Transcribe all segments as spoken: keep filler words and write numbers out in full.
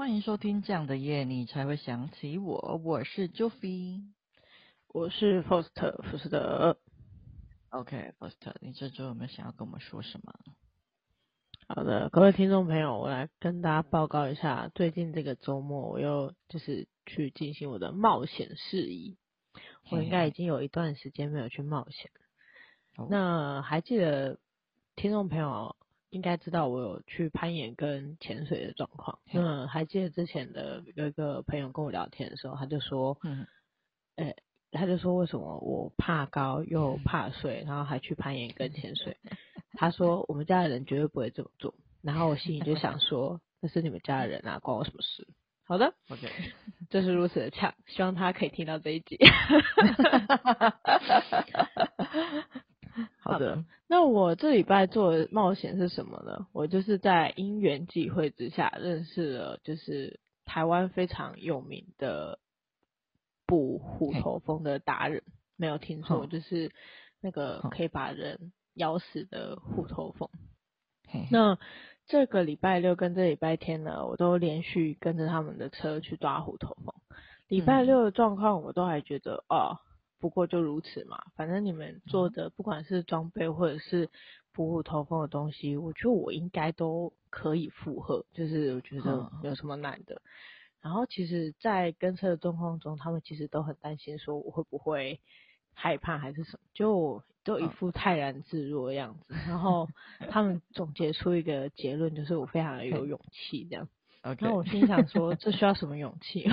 欢迎收听这样的夜你才会想起我，我是 Joffy， 我是 Foster 福斯德。 OK Foster， 你这周有没有想要跟我们说什么？ 好的，各位听众朋友，我来跟大家报告一下，最近这个周末我又就是去进行我的冒险事宜。我应该已经有一段时间没有去冒险了。 哦、 那还记得听众朋友应该知道我有去攀岩跟潜水的状况。那还记得之前的有一个朋友跟我聊天的时候，他就说，嗯，欸他就说为什么我怕高又怕水，然后还去攀岩跟潜水。他说我们家的人绝对不会这么做。然后我心里就想说，那是你们家的人啊，关我什么事？好的 ，OK， 就是如此的呛，希望他可以听到这一集。好的，那我这礼拜做的冒险是什么呢？我就是在因缘际会之下认识了，就是台湾非常有名的捕虎头蜂的达人，没有听错，就是那个可以把人咬死的虎头蜂。那这个礼拜六跟这礼拜天呢，我都连续跟着他们的车去抓虎头蜂。礼拜六的状况我都还觉得哦，不过就如此嘛，反正你们做的不管是装备或者是捕虎头蜂的东西，我觉得我应该都可以负荷，就是我觉得没有什么难的。然后其实在跟车的状况中，他们其实都很担心说我会不会害怕还是什么，就都一副泰然自若的样子。然后他们总结出一个结论，就是我非常的有勇气这样。 Okay. 然后我心想说，这需要什么勇气？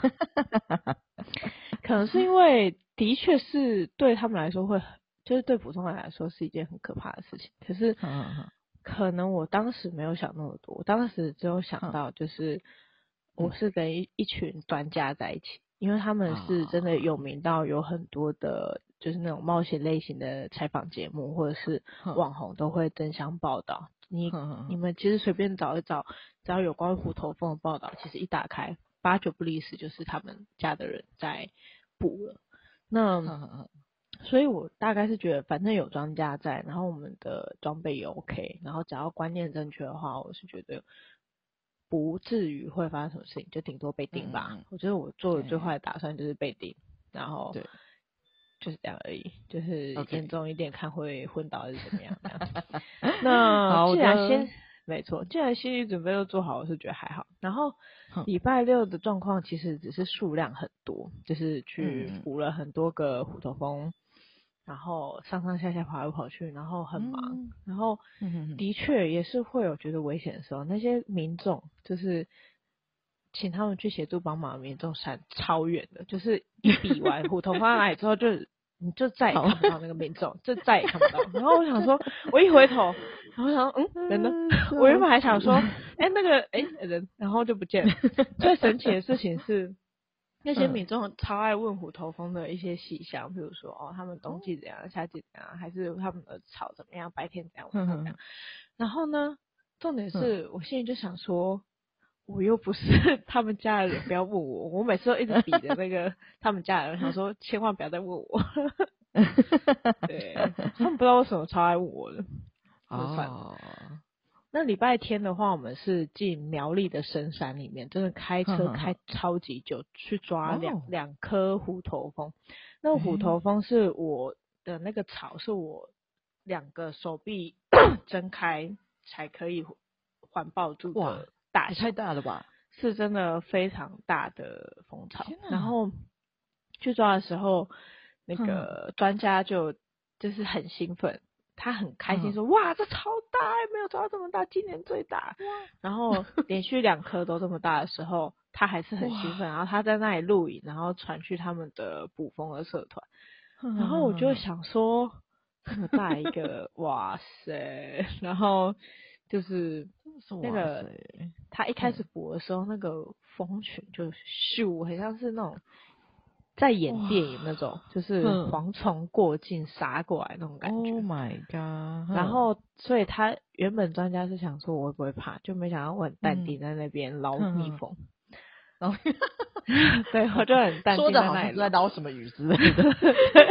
可能是因为的确是对他们来说会，就是对普通人来说是一件很可怕的事情。可是可能我当时没有想那么多，我当时只有想到就是我是跟一一群专家在一起，因为他们是真的有名到有很多的就是那种冒险类型的采访节目或者是网红都会争相报道。你你们其实随便找一找，只要有关虎头蜂的报道，其实一打开八九不离十就是他们家的人在捕了。那所以我大概是觉得反正有专家在，然后我们的装备也 OK， 然后只要观念正确的话，我是觉得不至于会发生什么事情，就顶多被叮吧。嗯、我觉得我做的最坏的打算就是被叮，然后对，就是这样而已，就是严重一点看会昏倒还是怎么样。那既然先没错，既然心理准备都做好，我是觉得还好。然后礼拜六的状况其实只是数量很多，就是去捕了很多个虎头蜂。然后上上下下跑来跑去，然后很忙，嗯、然后的确也是会有觉得危险的时候。那些民众就是请他们去协助帮忙的民众闪超远的，就是一比完虎头蜂来之后就你就再也看不到那个民众，就再也看不到。然后我想说，我一回头，然后想说嗯人呢？我原本还想说，哎、欸、那个哎、欸、人，然后就不见了。最神奇的事情是。那些民众超爱问虎头蜂的一些细项，比如说哦，他们冬季怎样，夏季怎样，还是他们的草怎么样，白天怎样，晚上怎样。然后呢，重点是我现在就想说，我又不是他们家的人，不要问我。我每次都一直比着那个他们家的人，想说千万不要再问我。对，他们不知道为什么超爱问我的。哦。那礼拜天的话，我们是进苗栗的深山里面，真的开车开超级久，去抓两两颗虎头蜂。那虎头蜂是我的那个草，是我两个手臂睁开才可以环抱住的大小， 太大了吧？ 是真的非常大的蜂巢。然后去抓的时候，那个专家就就是很兴奋。他很开心说、嗯、哇这超大，没有抓到这么大，今年最大。然后连续两颗都这么大的时候，他还是很兴奋。然后他在那里录影，然后传去他们的捕蜂的社团。然后我就想说这么大一个哇塞，然后就是那个他一开始捕的时候，那个蜂群就咻，很像是那种在演电影那种，就是蝗虫过境杀过来那种感觉。 Oh my god！ 然后，所以他原本专家是想说我会不会怕，就没想到我很淡定在那边捞蜜蜂。然后，对，我就很淡定在那里说的好像是在捞什么鱼之类的。 对，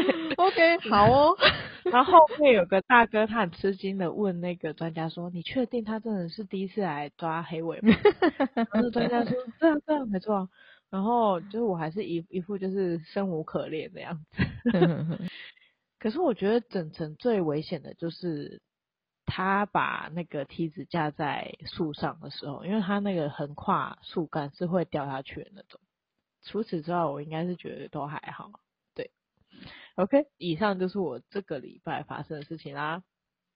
OK， 好哦。 然后后面有个大哥，他很吃惊的问那个专家说：“你确定他真的是第一次来抓黑尾吗？”然后专家说：“对啊，对啊，没错。”然后就是我还是一一副就是生无可恋的样子。可是我觉得整层最危险的就是他把那个梯子架在树上的时候，因为他那个横跨树干是会掉下去的那种。除此之外，我应该是觉得都还好。对 ，OK， 以上就是我这个礼拜发生的事情啦。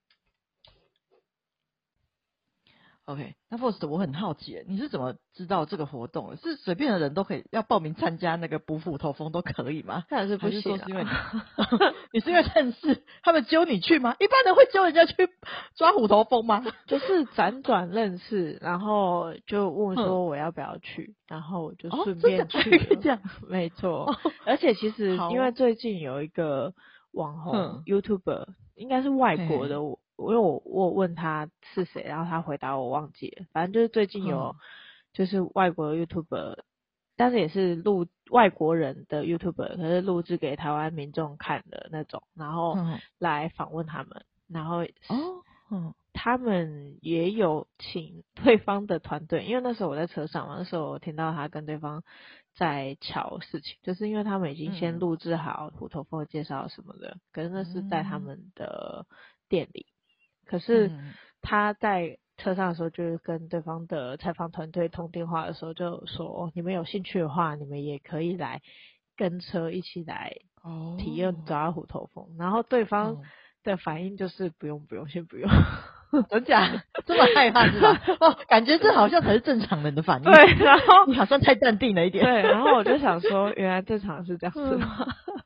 OK， 那 Faust 我很好奇，你是怎么知道这个活动的？是随便的人都可以要报名参加那个捕虎头蜂都可以吗？ 当然是不行、啊， 还是说是因为你，你是因为认识他们揪你去吗？一般人会揪人家去抓虎头蜂吗？ 就是辗转认识，然后就问说我要不要去，然后我就顺便去了。 哦、这样， 没错、哦。而且其实因为最近有一个网红 YouTuber， 应该是外国的。我因为我我问他是谁，然后他回答我忘记了，反正就是最近有就是外国的 YouTuber， 但是也是录外国人的 YouTuber， 可是录制给台湾民众看的那种，然后来访问他们，然后哦，嗯， 他们也有请对方的团队，因为那时候我在车上嘛，那时候我听到他跟对方在瞧事情，就是因为他们已经先录制好虎头蜂的介绍什么的，可是那是在他们的店里。可是他在车上的时候，就是跟对方的采访团队通电话的时候，就说、哦、你们有兴趣的话，你们也可以来跟车一起来体验抓虎头蜂。然后对方的反应就是不用不用，先不用。 真假？这么害怕是吧？哦，感觉这好像才是正常人的反应。 对，然后你好像太淡定了一点。 对，然后我就想说，原来正常是这样子吗？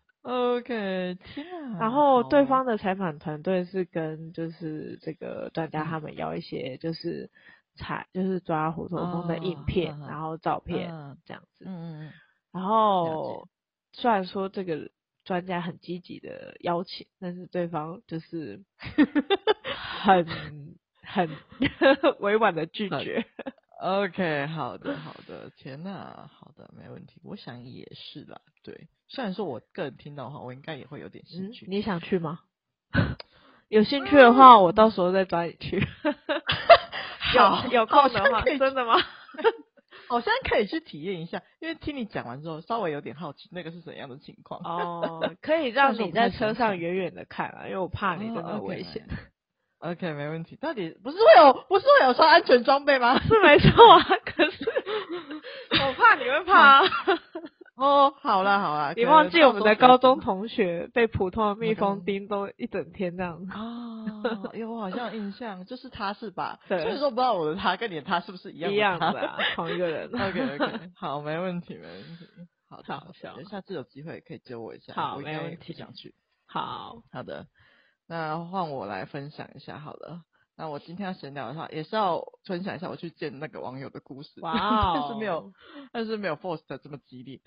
OK， 天啊！ 然后对方的采访团队是跟就是这个专家他们要一些就是采就是抓虎头蜂的影片，哦、然后照片、嗯、这样子。嗯嗯。然后虽然说这个专家很积极的邀请，但是对方就是很很委婉的拒绝。 OK， 好的好的，天哪，好的，没问题。我想也是啦，对。虽然说我个人听到的话，我应该也会有点兴趣。 嗯、你想去吗？有兴趣的话，嗯、我到时候再抓你去。 好， 有有空的话，真的吗？ 好像可以去体验一下，因为听你讲完之后，稍微有点好奇那个是怎样的情况。 哦，可以让你在车上远远的看啊，因为我怕你真的很危险。 Oh, OK， 没问题。到底不是会有不是会有穿安全装备吗？ 是没错啊，可是我怕你会怕啊。 哦，好啦好啦， 你忘记我们的高中同学被普通的蜜蜂叮都一整天这样子啊？有，我好像印象，就是他是吧？ 对， 所以说不知道我的他跟你的他是不是一样的一样的啊，同一个人。 OK OK， 好，没问题没问题。好的， 好笑， 下次有机会可以揪我一下。 好， 我没问题， 想去。 好好的，那换我来分享一下好了。那我今天要闲聊的话，也是要分享一下我去见那个网友的故事。 哇、 哦，但是没有，但是没有 Faust 这么激烈。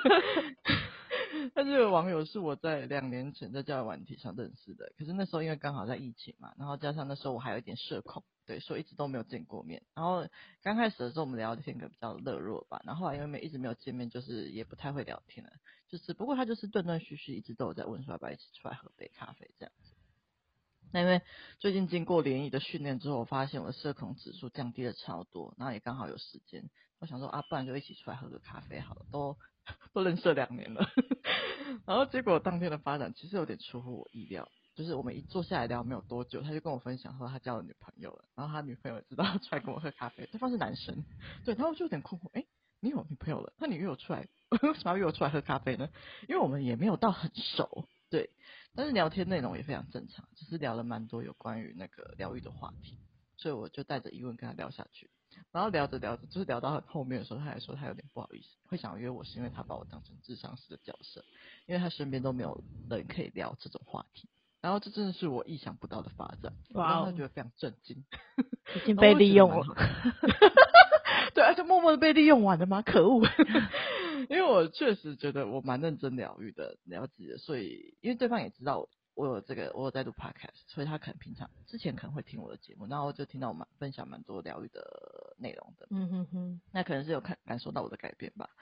但是这个网友是我在两年前在交友软体上认识的，可是那时候因为刚好在疫情嘛，然后加上那时候我还有一点社恐，对，所以一直都没有见过面。然后刚开始的时候我们聊天可能比较热络吧，然后后来因为没一直没有见面，就是也不太会聊天了，就是不过他就是断断续续一直都有在问说要不要一起出来喝杯咖啡这样子。那因为最近经过联谊的训练之后，我发现我的社恐指数降低了超多，然后也刚好有时间，我想说啊，不然就一起出来喝个咖啡好了，都都认识了两年了。然后结果当天的发展其实有点出乎我意料，就是我们一坐下来聊没有多久，他就跟我分享说他交了女朋友了，然后他女朋友也知道出来跟我喝咖啡，对方是男生，对，然后我就有点困惑，哎，你有女朋友了，那你约我出来，为什么要约我出来喝咖啡呢？因为我们也没有到很熟。对，但是聊天内容也非常正常，只是聊了蛮多有关于那个疗愈的话题，所以我就带着疑问跟他聊下去，然后聊着聊着，就是聊到很后面的时候，他还说他有点不好意思，会想约我是因为他把我当成智商师的角色，因为他身边都没有人可以聊这种话题，然后这真的是我意想不到的发展，哇，然后他觉得非常震惊， 已经被利用了。 对，而且默默的被利用完了吗？可恶！因为我确实觉得我蛮认真疗愈的，了解的，所以因为对方也知道我有这个，我有在录 podcast， 所以他可能平常之前可能会听我的节目，然后就听到我蛮分享蛮多疗愈的内容的， 嗯哼哼， 那可能是有看感受到我的改变吧，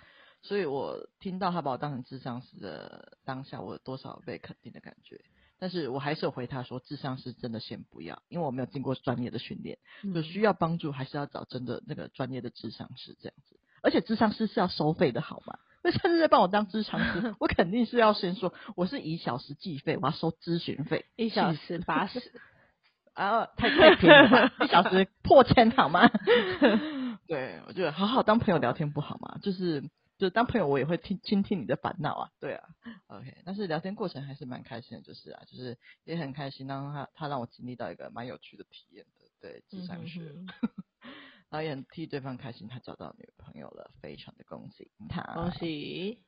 所以我听到他把我当成智商师的当下，我有多少被肯定的感觉。但是我还是有回他说，智商师真的先不要，因为我没有经过专业的训练， 嗯、 就需要帮助还是要找真的那个专业的智商师这样子。而且智商师是要收费的好吗？那现在在帮我当智商师，我肯定是要先说我是以小时计费，我要收咨询费， 一小时八十， 啊，太太便宜了吧？一小时破千好吗？对，我觉得好好当朋友聊天不好吗？就是就是当朋友我也会听倾听你的烦恼啊，对啊 ，OK。但是聊天过程还是蛮开心的，就是啊，就是也很开心，让他他让我经历到一个蛮有趣的体验的，对，智商学。嗯哼哼然后也很替对方开心，他找到女朋友了，非常的恭喜他， 恭喜。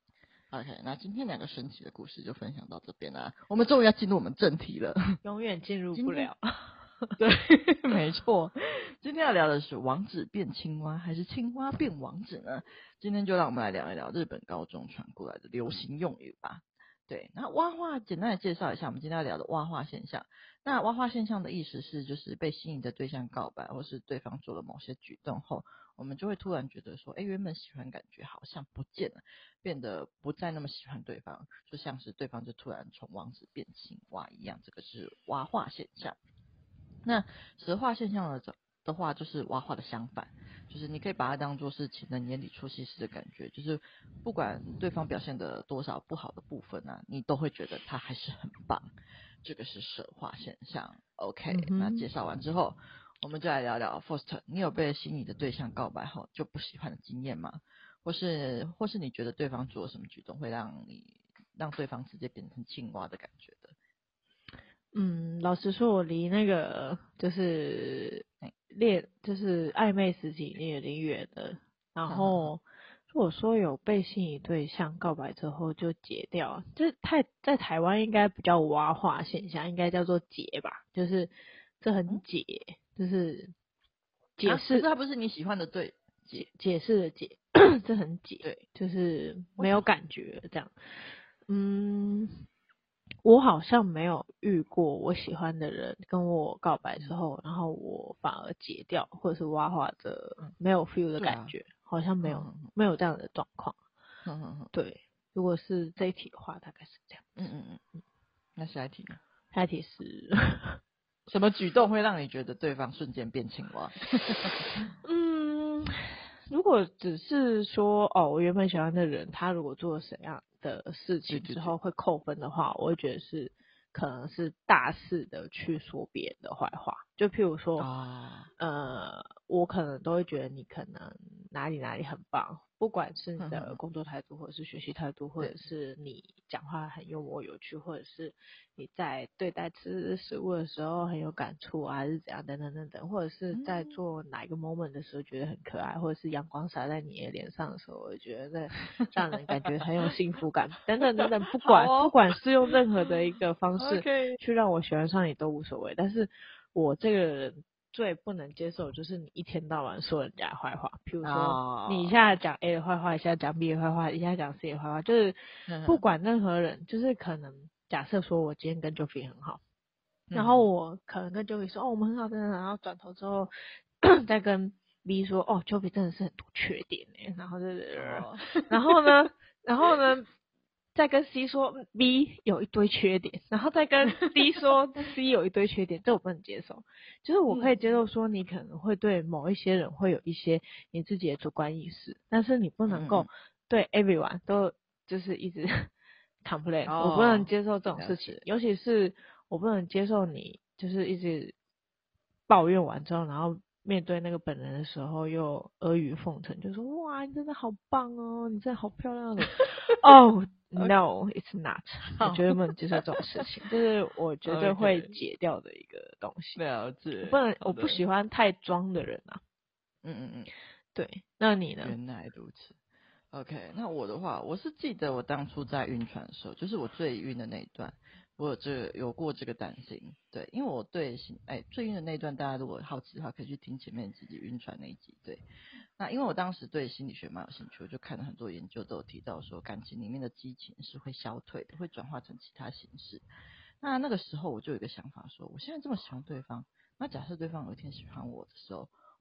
OK，那今天两个神奇的故事就分享到这边啦，我们终于要进入我们正题了， 永远进入不了。 对，没错。今天要聊的是王子变青蛙还是青蛙变王子呢？今天就让我们来聊一聊日本高中传过来的流行用语吧。对，那蛙化简单的介绍一下，我们今天要聊的蛙化现象。那蛙化现象的意思是，就是被吸引的对象告白，或是对方做了某些举动后，我们就会突然觉得说，哎，原本喜欢感觉好像不见了，变得不再那么喜欢对方，就像是对方就突然从王子变青蛙一样，这个是蛙化现象。那蛇化现象的的话，就是蛙化的相反，就是你可以把它当作是情人眼里出西施的感觉，就是不管对方表现的多少不好的部分啊，你都会觉得他还是很棒。这个是蛇化现象。OK，、嗯、那介绍完之后，我们就来聊聊 Foster， 你有被心仪的对象告白后就不喜欢的经验吗？或是或是你觉得对方做了什么举动会让你让对方直接变成青蛙的感觉的？ 嗯，老实说，我离那个就是恋就是暧昧时期已经有点远了。然后如果说有被心仪对象告白之后就结掉，这太在台湾应该不叫蛙化现象，应该叫做结吧，就是这很解，嗯、就是解释、 啊。可是他不是你喜欢的对解解释的解，这很解， 对， 就是没有感觉这样。嗯。我好像没有遇过我喜欢的人跟我告白之后，嗯、然后我反而解掉，或者是蛙化着没有 feel 的感觉，啊、好像没有呵呵呵没有这样的状况。呵呵呵对，如果是这一题的话，大概是这样。 嗯嗯嗯嗯。那下一题呢？ 下一题是什么举动会让你觉得对方瞬间变青蛙？ 嗯，如果只是说哦，我原本喜欢的人，他如果做了什么样的事情之后会扣分的话，我会觉得是可能是大肆的去说别人的坏话，就譬如说，哦、呃，我可能都会觉得你可能哪里哪里很棒，不管是你的工作态度，或者是学习态度，或者是你讲话很幽默有趣，或者是你在对待吃食物的时候很有感触啊，还是怎样等等等等，或者是在做哪一个 moment 的时候觉得很可爱，或者是阳光洒在你的脸上的时候，我觉得那让人感觉很有幸福感，等等等等，不管、哦、不管是用任何的一个方式去让我喜欢上你都无所谓，但是我这个人最不能接受就是你一天到晚说人家的坏话，譬如说你一下讲 A 的坏话，一下讲 B 的坏话，一下讲 C 的坏话，就是不管任何人，就是可能假设说我今天跟 Joey 很好，然后我可能跟 Joey 说哦我们很好，真的，然后转头之后再跟 B 说哦 Joey 真的是很多缺点哎，然后就是，哦、然后呢，然后呢。再跟 C 说 B 有一堆缺点，然后再跟 D 说 C 有一堆缺点，这我不能接受。就是我可以接受说你可能会对某一些人会有一些你自己的主观意识，但是你不能够对 everyone 都就是一直 complain，、哦、我不能接受这种事情，尤其是我不能接受你就是一直抱怨完之后，然后面对那个本人的时候又阿谀奉承，就说哇你真的好棒哦，你真的好漂亮的哦。No, it's not. 我绝对不能接受这种事情，这是我绝对会解掉的一个东西。 了解。 我不能，我不喜欢太装的人啊。 嗯嗯嗯， 对。那你呢？ 原来如此。OK， 那我的话，我是记得我当初在晕船的时候，就是我最晕的那一段，我有这有过这个担心。对，因为我对哎最晕的那一段，大家如果好奇的话，可以去听前面几集晕船那一集。对。那因为我当时对心理学蛮有兴趣，我就看了很多研究都有提到说，感情里面的激情是会消退的，会转化成其他形式。那那个时候我就有一个想法说，我现在这么喜欢对方，那假设对方有一天喜欢我的时候，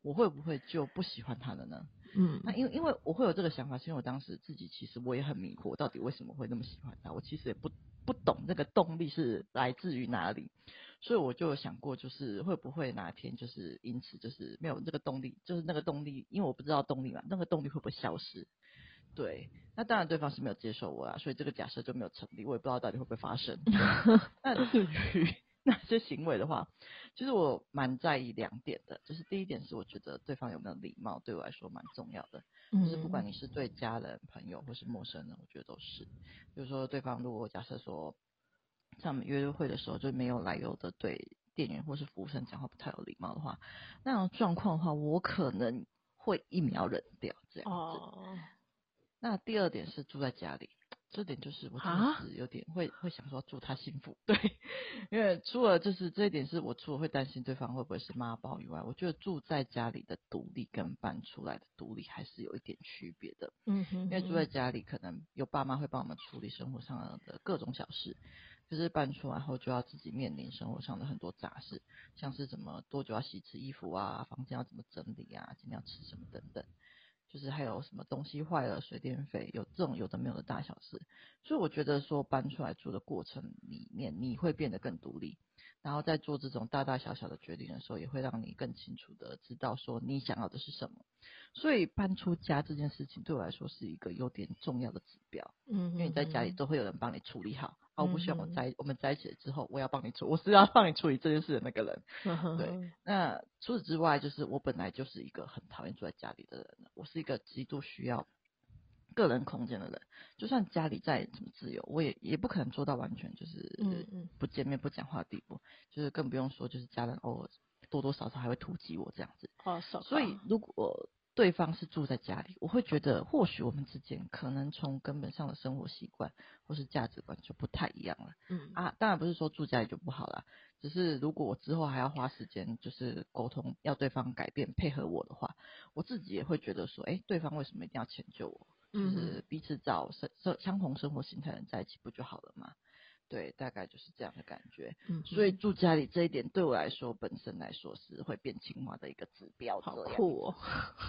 我会不会就不喜欢他了呢？ 嗯， 那因为因为我会有这个想法，是因为我当时自己其实我也很迷惑，到底为什么会那么喜欢他？我其实也不不懂那个动力是来自于哪里，所以我就有想过，就是会不会哪天就是因此就是没有这个动力，就是那个动力，因为我不知道动力嘛，那个动力会不会消失？对，那当然对方是没有接受我啦，所以这个假设就没有成立，我也不知道到底会不会发生。那至于那些行为的话，其实我蛮在意两点的，就是第一点是我觉得对方有没有礼貌，对我来说蛮重要的，就是不管你是对家人、朋友或是陌生人，我觉得都是。比如说对方如果假设说，像我们约会的时候就没有来由的对店员或是服务生讲话不太有礼貌的话，那种状况的话，我可能会一秒忍掉这样子。 哦， 那第二点是住在家里，这点就是我真的啊， 是有点会会想说祝他幸福，对，因为除了就是这一点是我除了会担心对方会不会是妈宝以外，我觉得住在家里的独立跟搬出来的独立还是有一点区别的。 嗯哼哼， 因为住在家里可能有爸妈会帮我们处理生活上的各种小事，可是搬出来后就要自己面临生活上的很多杂事，像是怎么多久要洗一次衣服啊，房间要怎么整理啊，今天要吃什么等等。就是还有什么东西坏了，水电费，有这种有的没有的大小事，所以我觉得说搬出来住的过程里面，你会变得更独立，然后在做这种大大小小的决定的时候，也会让你更清楚的知道说你想要的是什么。所以搬出家这件事情对我来说是一个有点重要的指标， 嗯因为你在家里哼都会有人帮你处理好，而、 嗯我不希望我哼在我们在一起了之后，我要帮你处，我是要帮你处理这件事的那个人。 嗯哼对，那除此之外，就是我本来就是一个很讨厌住在家里的人，我是一个极度需要个人空间的人。就算家里再怎么自由，我也也不可能做到完全就是嗯嗯不见面不讲话的地步，就是更不用说就是家人偶尔多多少少还会突击我这样子。 哦，手所以如果对方是住在家里，我会觉得或许我们之间可能从根本上的生活习惯或是价值观就不太一样了。 嗯啊，当然不是说住家里就不好啦，只是如果我之后还要花时间就是沟通，要对方改变配合我的话，我自己也会觉得说，哎，对方为什么一定要迁就我？就嗯是彼此找生生相同生活形态的人在一起不就好了吗？对，大概就是这样的感觉。 嗯， 所以住家里这一点对我来说，本身来说是会变青蛙的一个指标。 好这样酷哦。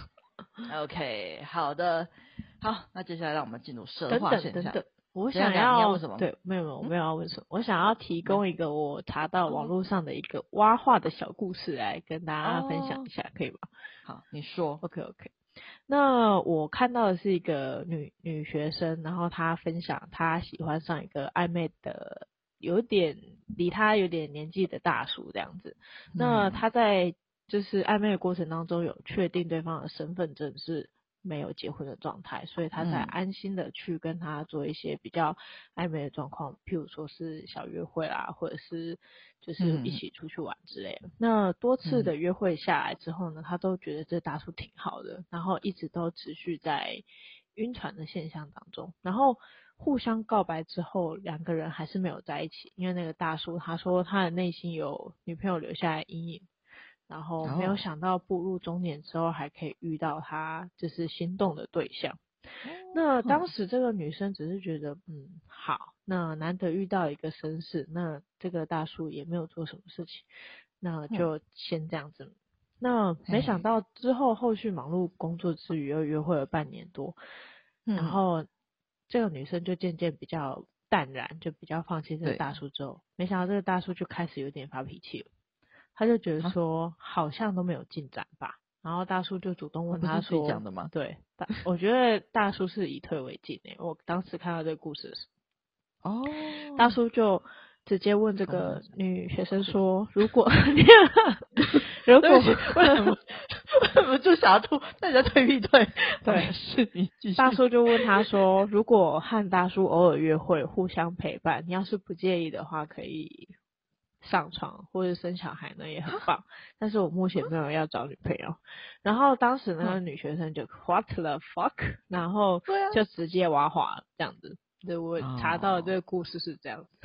OK，好的，好，那接下来让我们进入蛇等化现象。 等等等，我想怎样怎样？你要要问什么？ 对，没有没有，我嗯， 没有要问什么，我想要提没有供一个我查到网哦络上的一个蛙化的小故事来跟大家分享哦， 一下，可以吗好，你说。 ？OK OK。那我看到的是一个女女学生，然后她分享她喜欢上一个暧昧的，有点离她有点年纪的大叔这样子。那嗯她在就是暧昧的过程当中有确定对方的身份证是没有结婚的状态，所以她才嗯安心的去跟他做一些比较暧昧的状况，譬如说是小约会啦，或者是就是一嗯起出去玩之类的。那多次嗯的约会下来之后呢，她都觉得这大叔挺好的，然后一直都持续在晕船的现象当中，然后互相告白之后，两个人还是没有在一起，因为那个大叔他说他的内心有女朋友留下来阴影，然后没有哦想到步入中年之后还可以遇到他就是心动的对象。那哦当时这个女生只是觉得，嗯，好，那难得遇到一个绅士，那这个大叔也没有做什么事情，那嗯就先这样子。那没想嘿到之后后续忙碌工作之余又约会了半年多，然嗯后这个女生就渐渐比较淡然，就比较放弃这个对大叔之后，没想到这个大叔就开始有点发脾气了。他就觉得啊， 说好像都没有进展吧，然后大叔就主动问他不是自己他说， 讲的吗？ 对，大我觉得大叔是以退为进诶、我当时看到这个故事的时候，大哦， 叔就直接问这跟我很个女学哦对不起， 生说，如果如果对不起，为什么为什么就想吐？那你在退避退？好对没事，你继续。 大叔就问他说，如果和大叔偶尔约会，互相陪伴，你要是不介意的话，可以上床或者生小孩呢，也很棒。但是我目前没有要找女朋友。然后当时那个嗯， 女学生就 What the fuck，然后对啊， 就直接挖滑了这样子。对，我查到的这哦个故事是这样子。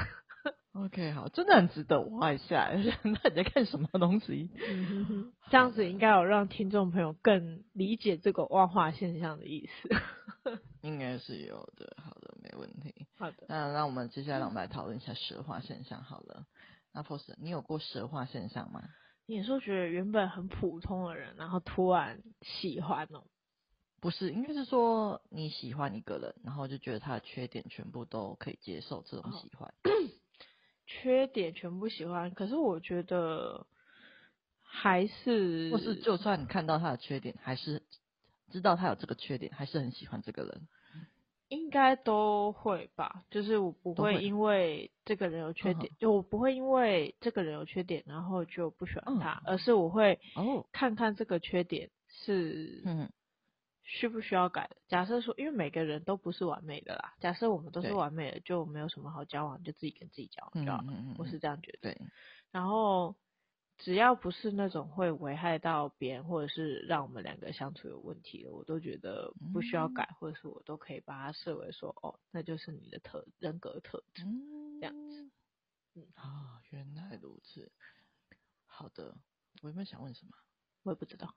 ，OK，好，真的很值得挖一下。那你在看什么东西？ 嗯哼哼，这好的， 样子应该有让听众朋友更理解这个挖化现象的意思。 应该是有的。好的，没问题。 好的， 那让我们接下来让我们来讨论一下蛇化现象好了。那 Foster，你有过蛇化现象吗？ 你说觉得原本很普通的人，然后突然喜欢哦？ 不是，应该是说你喜欢一个人，然后就觉得他的缺点全部都可以接受，这种喜欢。哦、 缺点全部喜欢，可是我觉得还是， 或是就算你看到他的缺点，还是知道他有这个缺点，还是很喜欢这个人。 应该都会吧，就是我不会因为这个人有缺点，就我不会因为这个人有缺点，然后就不喜欢他，嗯、而是我会看看这个缺点是需不需要改的。假设说，因为每个人都不是完美的啦，假设我们都是完美的，就没有什么好交往，就自己跟自己交往就好了。嗯嗯嗯我是这样觉得。对。然后只要不是那种会危害到别人，或者是让我们两个相处有问题的，我都觉得不需要改，嗯、或者是我都可以把它设为说，哦，那就是你的特人格特质，嗯、这样子。 嗯，啊，原来如此。好的，我有没有想问什么？ 我也不知道。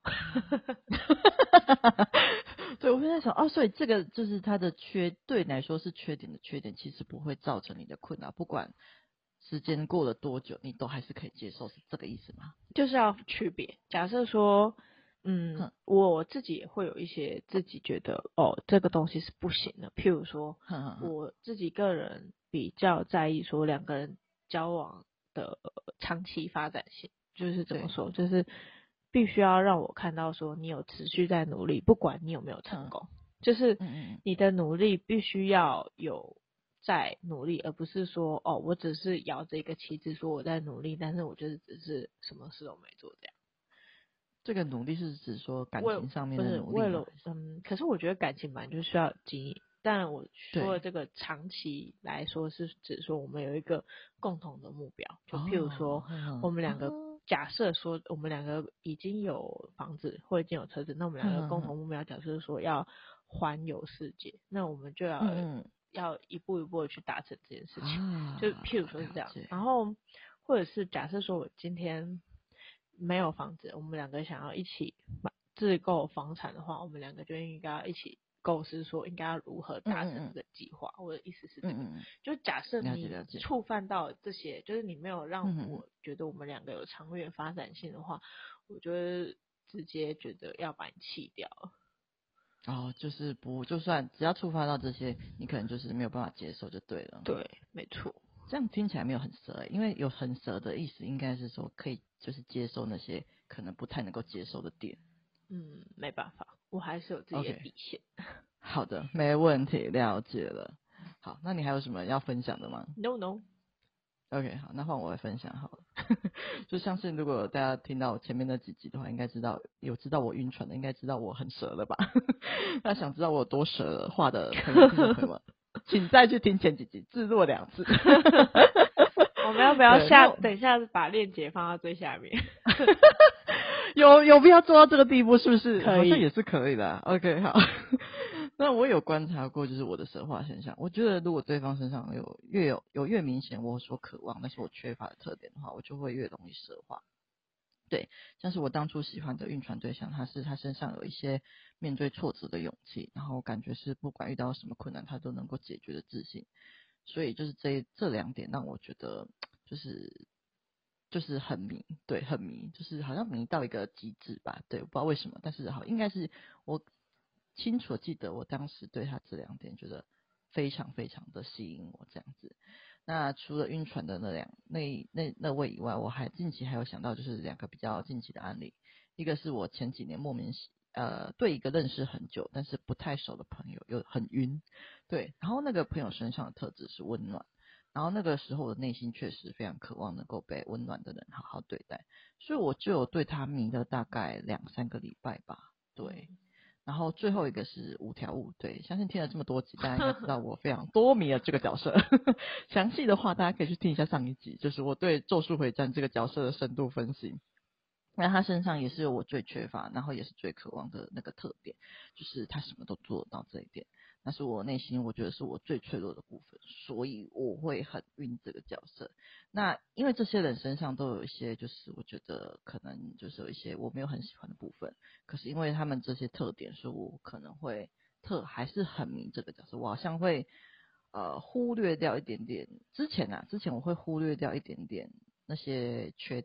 对，我在想，哦，所以这个就是他的缺，对你来说是缺点的缺点，其实不会造成你的困扰，不管时间过了多久，你都还是可以接受，是这个意思吗？ 就是要区别。假设说，嗯，我自己也会有一些自己觉得，哦，这个东西是不行的。譬如说，我自己个人比较在意说两个人交往的长期发展性，就是怎么说，就是必须要让我看到说你有持续在努力，不管你有没有成功，就是你的努力必须要有在努力，而不是说哦，我只是摇着一个旗帜说我在努力，但是我就是只是什么事都没做这样。 这个努力是指说感情上面的努力吗？ 不是为了嗯，可是我觉得感情本来就需要经营。但我说的这个长期来说，是指说我们有一个共同的目标，就譬如说，我们两个、哦、假设说我们两个已经有房子或已经有车子，那我们两个共同目标，假设说要环游世界，那我们就要、嗯、要一步一步的去达成这件事情，啊、就譬如说是这样。然后或者是假设说我今天没有房子，我们两个想要一起买自购房产的话，我们两个就应该要一起构思说应该要如何达成这个计划。嗯嗯嗯我的意思是这个，嗯嗯就假设你触犯到这些，就是你没有让我觉得我们两个有长远发展性的话，我就会直接觉得要把你弃掉了。 哦，就是不，就算只要触发到这些，你可能就是没有办法接受就对了。 对，没错。 这样听起来没有很蛇、欸，因为有很蛇的意思，应该是说可以就是接受那些可能不太能够接受的点。 嗯，没办法，我还是有自己的底线。 Okay. 好的，没问题，了解了。好，那你还有什么要分享的吗 ？No No。OK， 好，那换我来分享好了。就相信如果大家听到前面那几集的话，应该知道有知道我晕船的，应该知道我很蛇了吧？那想知道我有多蛇话的朋友、听众朋友们，请再去听前几集，自若两次。 我们要不要下等一下把链接放到最下面？ 有有必要做到这个地步是不是？ 可以， 好像也是可以的。OK， 好。那我有观察过，就是我的蛇化现象。我觉得如果对方身上有越有有越明显我所渴望，但是我缺乏的特点的话，我就会越容易蛇化。对，像是我当初喜欢的晕船对象，他是他身上有一些面对挫折的勇气，然后感觉是不管遇到什么困难，他都能够解决的自信。所以就是这这两点让我觉得就是就是很迷，对，很迷，就是好像迷到一个极致吧，对，我不知道为什么，但是好应该是我清楚记得我当时对他这两点觉得非常非常的吸引我这样子。那除了晕船的那两那那那位以外，我还近期还有想到就是两个比较近期的案例，一个是我前几年莫名呃对一个认识很久但是不太熟的朋友又很晕，对，然后那个朋友身上的特质是温暖，然后那个时候我的内心确实非常渴望能够被温暖的人好好对待，所以我就有对他迷了大概两三个礼拜吧，对。然后最后一个是五条悟，对，相信听了这么多集，大家应该知道我非常多迷了这个角色。详细的话，大家可以去听一下上一集，就是我对《咒术回战》这个角色的深度分析。那他身上也是有我最缺乏，然后也是最渴望的那个特点，就是他什么都做得到这一点。那是我内心我觉得是我最脆弱的部分，所以我会很晕这个角色。那因为这些人身上都有一些，就是我觉得可能就是有一些我没有很喜欢的部分，可是因为他们这些特点，所以我可能会特还是很迷这个角色，我好像会呃忽略掉一点点。之前啊，之前我会忽略掉一点点那些缺点。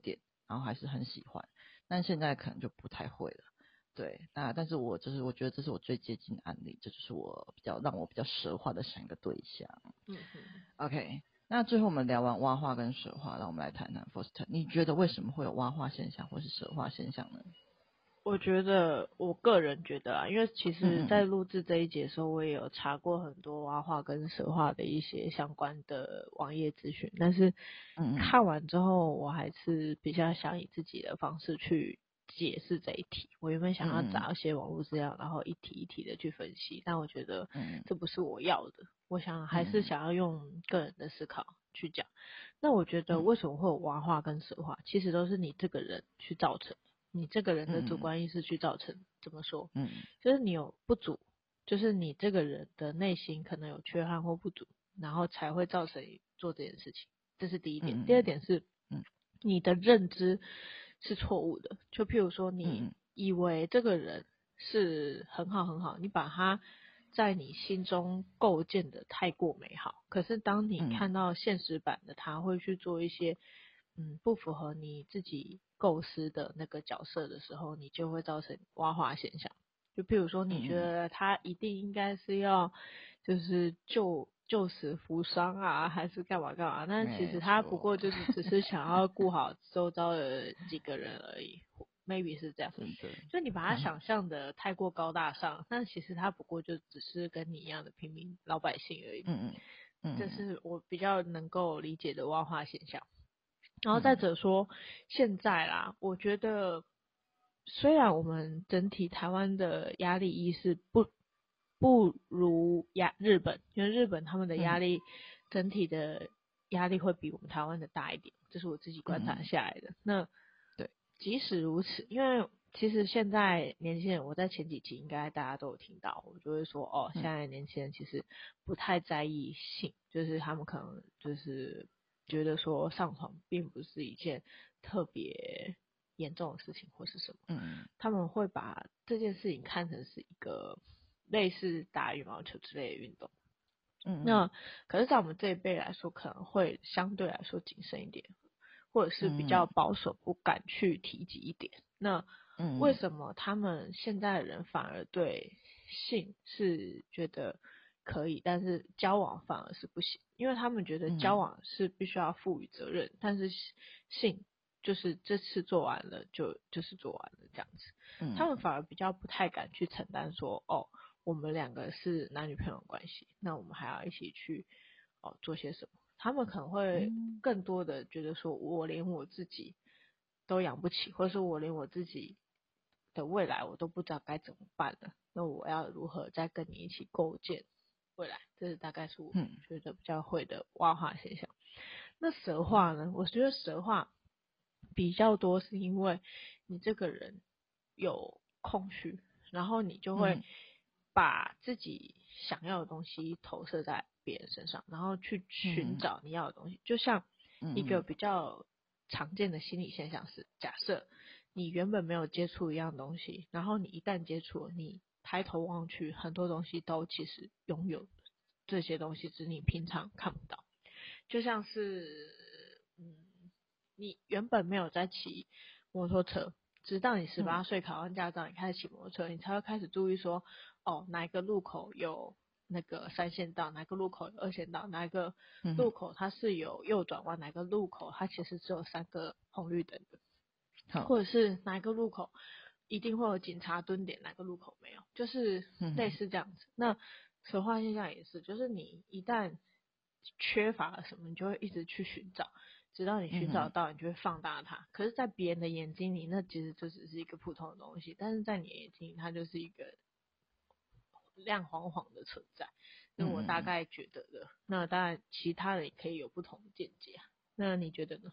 然后还是很喜欢，但现在可能就不太会了。对，那但是我就是我觉得这是我最接近的案例，这就是我比较让我比较蛇化的想一个对象。 嗯嗯 OK， 那最后我们聊完蛙化跟蛇化，让我们来谈谈 Foster， 你觉得为什么会有蛙化现象或是蛇化现象呢？ 我觉得我个人觉得啊，因为其实在嗯嗯录制这一节的时候，我也有查过很多蛙化跟蛇化的一些相关的网页资讯，但是嗯嗯看完之后，我还是比较想以自己的方式去解释这一题。我原本想要嗯嗯找一些网络资料，然后一题一题的去分析，但我觉得嗯这不是我要的。我想还是嗯想要用个人的思考去讲。那我觉得嗯为什么会有蛙化跟蛇化，其实都是你这个人去造成的。你这个人的主嗯观意识去造成，怎么说？ 嗯就是你有不足，就是你这个人的内心可能有缺憾或不足，然后才会造成做这件事情。这是第一点。 嗯第二点是， 嗯你的认知是错误的。就譬如说，你嗯以为这个人是很好很好，你把他在你心中构建的太过美好，可是当你嗯看到现实版的他会去做一些嗯不符合你自己构思的那个角色的时候，你就会造成蛙化现象。就譬如说，你觉嗯得他一定应该是要就是救救死扶伤啊，还是干嘛干嘛？但其实没他不过错， 就是只是想要顾好周遭的几个人而已，maybe 是这样。 真的， 就你把他想象的太过高大上，但其实他不过就只是跟你一样的平民老百姓而已。 嗯嗯这嗯是我比较能够理解的蛙化现象。然后再嗯者说，现在啦，我觉得虽然我们整体台湾的压力意识不不如压日本，因为日本他们的压嗯力整体的压力会比我们台湾的大一点，这是我自己观察嗯， 下来的。那对， 即使如此，因为其实现在年轻人，我在前几期应该大家都有听到，我就会说哦，现嗯在年轻人其实不太在意性，就是他们可能就是觉得说上床并不是一件特别严重的事情或是什么， 嗯他们会把这件事情看成是一个类似打羽毛球之类的运动。 嗯那可是，在我们这一辈来说，可能会相对来说谨慎一点，或者是比较嗯保守，不敢去提及一点。那为嗯什么他们现在的人反而对性是觉得可以，但是交往反而是不行？因为他们觉得交嗯往是必须要赋予责任，但是性就是这次做完了就就是做完了这样子。他们嗯反而比较不太敢去承担说，哦，我们两个是男女朋友关系，那我们还要一起去哦做些什么？他们可能会嗯更多的觉得说，我连我自己都养不起，或者是我连我自己的未来我都不知道该怎么办了，那我要如何再跟你一起构建未来？这是大概是我嗯觉得比较会的蛙化现象。那蛇化呢？我觉得蛇化比较多是因为你这个人有空虚，然后你就会嗯把自己想要的东西投射在别人身上，然后去寻嗯找你要的东西。就像一个嗯比较常见的心理现象是，假设你原本没有接触一样东西，然后你一旦接触了，你抬头望去，很多东西都其实拥有这些东西，只是你平常看不到。就像是，嗯，你原本没有在骑摩托车，直到你十八岁考上驾照，你开始骑摩托车，你才会开始注意说，哦，哪一个路口有那个三线道，哪个路口有二线道，哪一个路口它是有右转弯，哪个路口它其实只有三个红绿灯的， 好， 或者是哪一个路口一定会有警察蹲点，哪个路口没有，就是类似这样子。那蛇化现象也是，就是你一旦缺乏了什么，你就会一直去寻找，直到你寻找到，你就会放大它。可是，在别人的眼睛里，那其实就只是一个普通的东西，但是在你的眼睛里，它就是一个亮晃晃的存在。那我大概觉得的。那当然，其他人也可以有不同的见解啊。那你觉得呢？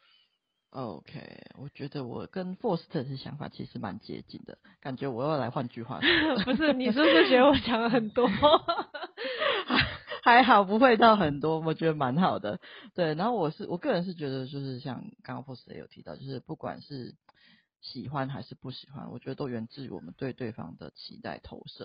OK，我觉得我跟 Foster 的想法其实蛮接近的，感觉我要来换句话说不是，你是不是觉得我讲了很多？ 还好不会到很多，我觉得蛮好的。对，然后我是我个人是觉得，就是像刚刚 Foster 也有提到，就是不管是喜欢还是不喜欢，我觉得都源自于我们对对方的期待投射。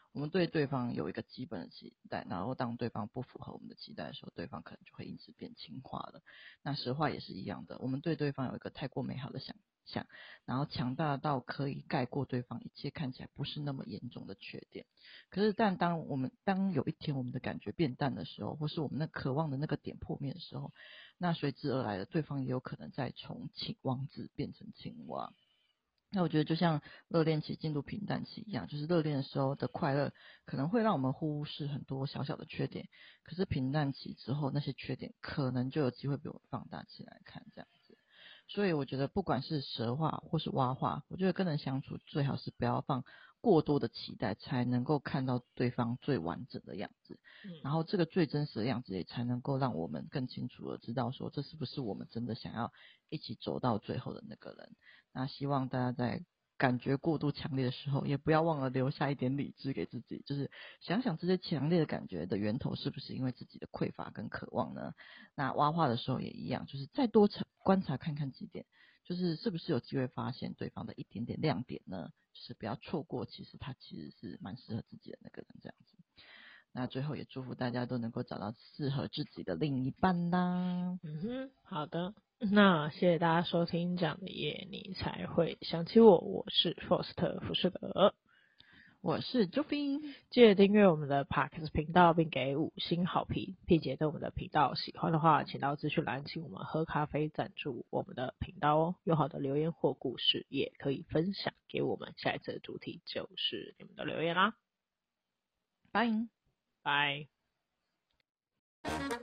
我们对对方有一个基本的期待，然后当对方不符合我们的期待的时候，对方可能就会因此变轻化了。那实话也是一样的，我们对对方有一个太过美好的想象，然后强大到可以盖过对方一切看起来不是那么严重的缺点。可是但当我们当有一天我们的感觉变淡的时候，或是我们那渴望的那个点破灭的时候，那随之而来的对方也有可能再从青王子变成青蛙。那我觉得就像热恋期进入平淡期一样，就是热恋的时候的快乐可能会让我们忽视很多小小的缺点，可是平淡期之后那些缺点可能就有机会被我们放大起来看这样子。所以我觉得不管是蛇化或是蛙化，我觉得跟人相处最好是不要放过多的期待，才能够看到对方最完整的样子，然后这个最真实的样子也才能够让我们更清楚的知道说这是不是我们真的想要一起走到最后的那个人。那希望大家在感觉过度强烈的时候，也不要忘了留下一点理智给自己，就是想想这些强烈的感觉的源头是不是因为自己的匮乏跟渴望呢？那挖话的时候也一样，就是再多观察看看几点，就是是不是有机会发现对方的一点点亮点呢？就是不要错过，其实他其实是蛮适合自己的那个人这样子。那最后也祝福大家都能够找到适合自己的另一半啦。 嗯哼，好的，那谢谢大家收听这样的夜，你才会想起我，我是 Foster 福士德， 我是 Joffin， 记得订阅我们的 Podcast 频道，并给五星好评，并且对我们的频道喜欢的话，请到资讯栏请我们喝咖啡赞助我们的频道哦。有好的留言或故事，也可以分享给我们。下一次的主题就是你们的留言啦， 拜。 拜。